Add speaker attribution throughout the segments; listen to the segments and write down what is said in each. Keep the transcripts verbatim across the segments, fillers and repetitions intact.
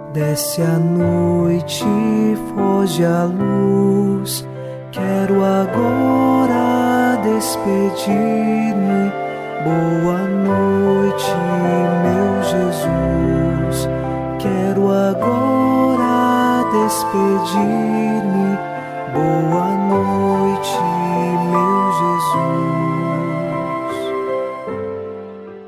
Speaker 1: Desce a noite, foge a luz. Quero agora despedir-me. Boa noite, meu Jesus. Quero agora despedir-me. Boa noite, meu Jesus.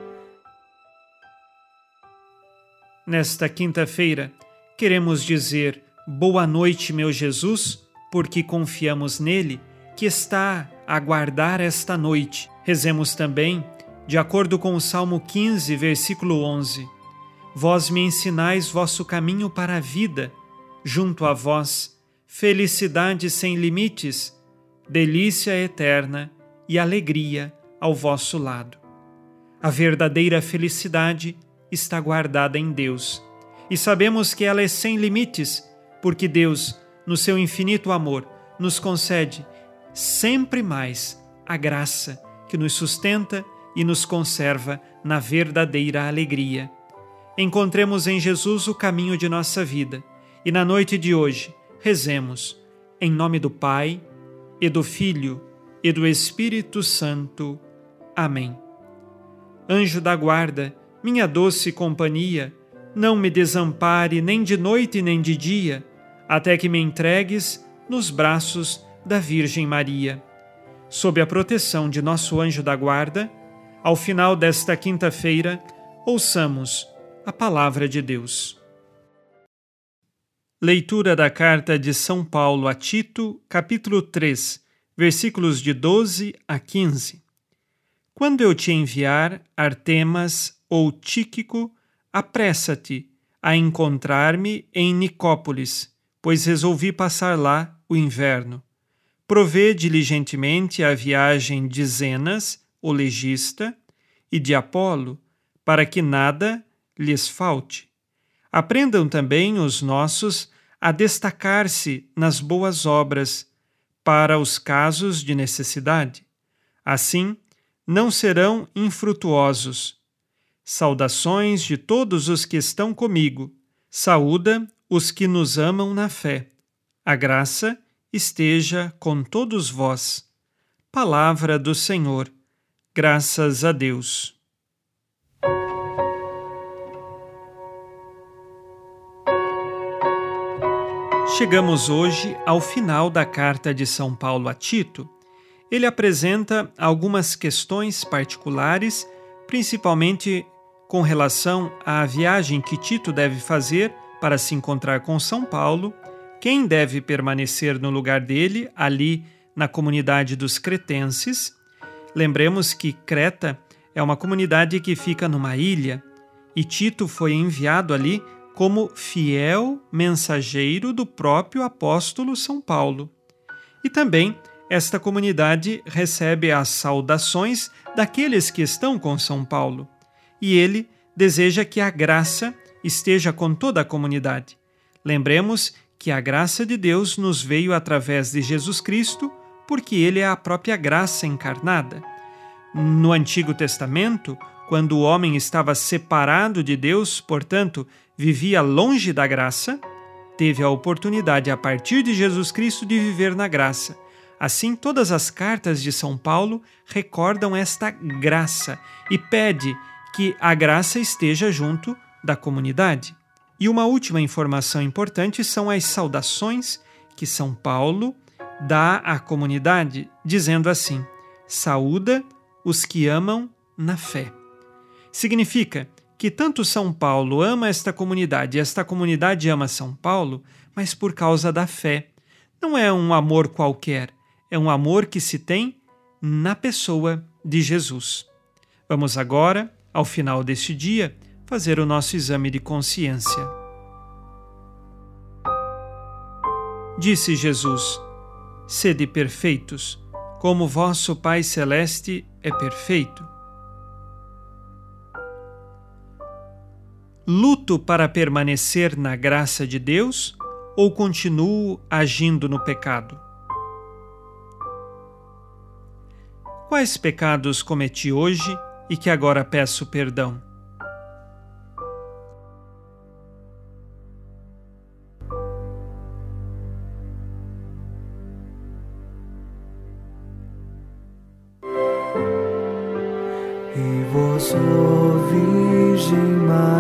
Speaker 2: Nesta quinta-feira, queremos dizer boa noite, meu Jesus, porque confiamos nele, que está a guardar esta noite. Rezemos também, de acordo com o Salmo quinze, versículo onze. Vós me ensinais vosso caminho para a vida, junto a vós, felicidade sem limites, delícia eterna e alegria ao vosso lado. A verdadeira felicidade está guardada em Deus, e sabemos que ela é sem limites, porque Deus, no seu infinito amor, nos concede sempre mais a graça que nos sustenta e nos conserva na verdadeira alegria. Encontremos em Jesus o caminho de nossa vida, e na noite de hoje rezemos em nome do Pai, e do Filho, e do Espírito Santo. Amém. Anjo da guarda, minha doce companhia, não me desampare nem de noite nem de dia, até que me entregues nos braços da Virgem Maria. Sob a proteção de nosso anjo da guarda, ao final desta quinta-feira, ouçamos a palavra de Deus. Leitura da carta de São Paulo a Tito, capítulo três, versículos de doze a quinze. Quando eu te enviar Artemas ou Tíquico, apressa-te a encontrar-me em Nicópolis, pois resolvi passar lá o inverno. Provê diligentemente a viagem de Zenas, o legista, e de Apolo, para que nada lhes falte. Aprendam também os nossos a destacar-se nas boas obras, para os casos de necessidade. Assim, não serão infrutuosos. Saudações de todos os que estão comigo. Saúda os que nos amam na fé. A graça esteja com todos vós. Palavra do Senhor. Graças a Deus. Chegamos hoje ao final da carta de São Paulo a Tito. Ele apresenta algumas questões particulares, principalmente com relação à viagem que Tito deve fazer para se encontrar com São Paulo, quem deve permanecer no lugar dele, ali na comunidade dos cretenses. Lembremos que Creta é uma comunidade que fica numa ilha, e Tito foi enviado ali como fiel mensageiro do próprio apóstolo São Paulo. E também esta comunidade recebe as saudações daqueles que estão com São Paulo, e ele deseja que a graça esteja com toda a comunidade. Lembremos que a graça de Deus nos veio através de Jesus Cristo, porque ele é a própria graça encarnada. No Antigo Testamento, quando o homem estava separado de Deus, portanto, vivia longe da graça, teve a oportunidade, a partir de Jesus Cristo, de viver na graça. Assim, todas as cartas de São Paulo recordam esta graça e pede que a graça esteja junto da comunidade. E uma última informação importante são as saudações que São Paulo dá à comunidade, dizendo assim: saúda os que amam na fé. Significa que tanto São Paulo ama esta comunidade e esta comunidade ama São Paulo, mas por causa da fé. Não é um amor qualquer, é um amor que se tem na pessoa de Jesus. Vamos agora, ao final deste dia, fazer o nosso exame de consciência. Disse Jesus: sede perfeitos, como vosso Pai Celeste é perfeito. Luto para permanecer na graça de Deus ou continuo agindo no pecado? Quais pecados cometi hoje e que agora peço perdão?
Speaker 1: Ó Virgem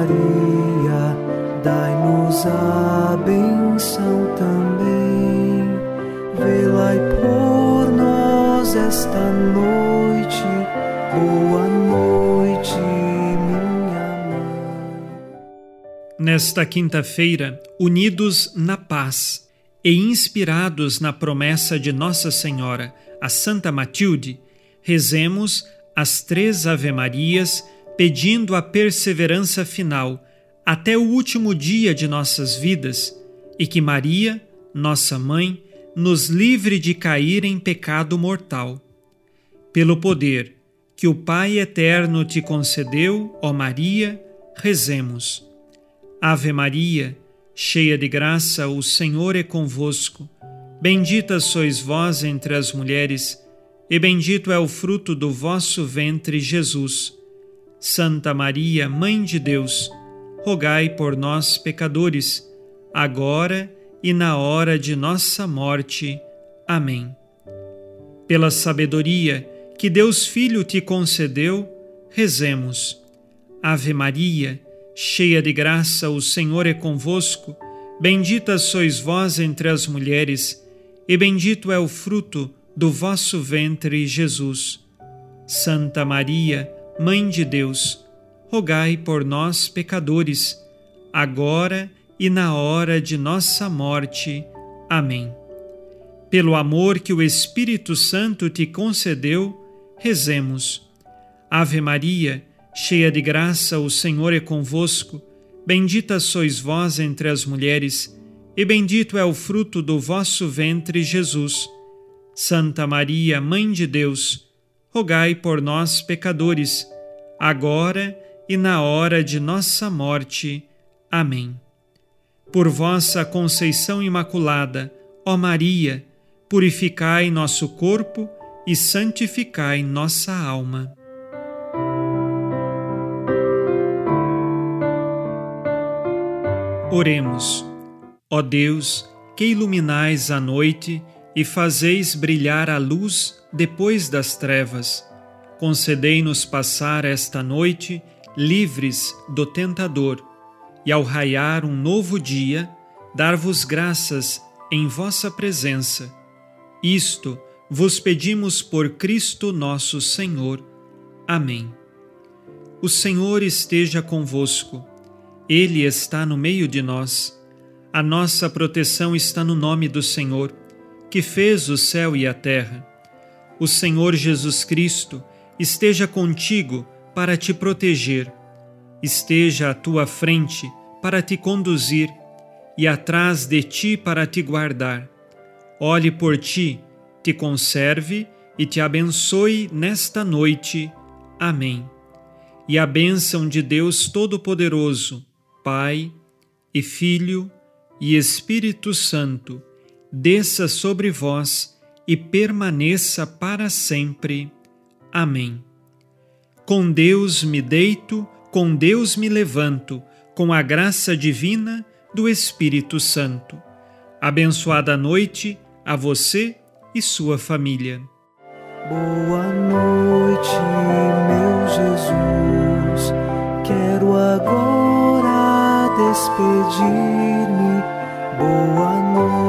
Speaker 1: Maria, dai-nos a benção também. Velai por nós esta noite. Boa noite, minha mãe.
Speaker 2: Nesta quinta-feira, unidos na paz e inspirados na promessa de Nossa Senhora, a Santa Matilde, rezemos as três Ave-Marias, pedindo a perseverança final até o último dia de nossas vidas e que Maria, nossa Mãe, nos livre de cair em pecado mortal. Pelo poder que o Pai Eterno te concedeu, ó Maria, rezemos. Ave Maria, cheia de graça, o Senhor é convosco. Bendita sois vós entre as mulheres, e bendito é o fruto do vosso ventre, Jesus. Santa Maria, Mãe de Deus, rogai por nós, pecadores, agora e na hora de nossa morte. Amém. Pela sabedoria que Deus Filho te concedeu, rezemos. Ave Maria, cheia de graça, o Senhor é convosco. Bendita sois vós entre as mulheres, e bendito é o fruto do vosso ventre, Jesus. Santa Maria, Mãe de Deus, rogai por nós, pecadores, agora e na hora de nossa morte. Amém. Pelo amor que o Espírito Santo te concedeu, rezemos. Ave Maria, cheia de graça, o Senhor é convosco. Bendita sois vós entre as mulheres, e bendito é o fruto do vosso ventre, Jesus. Santa Maria, Mãe de Deus, rogai por nós, pecadores, agora e na hora de nossa morte. Amém. Por vossa conceição imaculada, ó Maria, purificai nosso corpo e santificai nossa alma. Oremos. Ó Deus, que iluminais a noite e fazeis brilhar a luz depois das trevas, concedei-nos passar esta noite livres do tentador, e ao raiar um novo dia, dar-vos graças em vossa presença. Isto vos pedimos por Cristo nosso Senhor. Amém. O Senhor esteja convosco. Ele está no meio de nós. A nossa proteção está no nome do Senhor, que fez o céu e a terra. O Senhor Jesus Cristo esteja contigo para te proteger, esteja à tua frente para te conduzir e atrás de ti para te guardar. Olhe por ti, te conserve e te abençoe nesta noite. Amém. E a bênção de Deus Todo-Poderoso, Pai e Filho e Espírito Santo, desça sobre vós e permaneça para sempre. Amém. Com Deus me deito, com Deus me levanto, com a graça divina do Espírito Santo. Abençoada noite a você e sua família.
Speaker 1: Boa noite, meu Jesus. Quero agora despedir-me. Boa noite.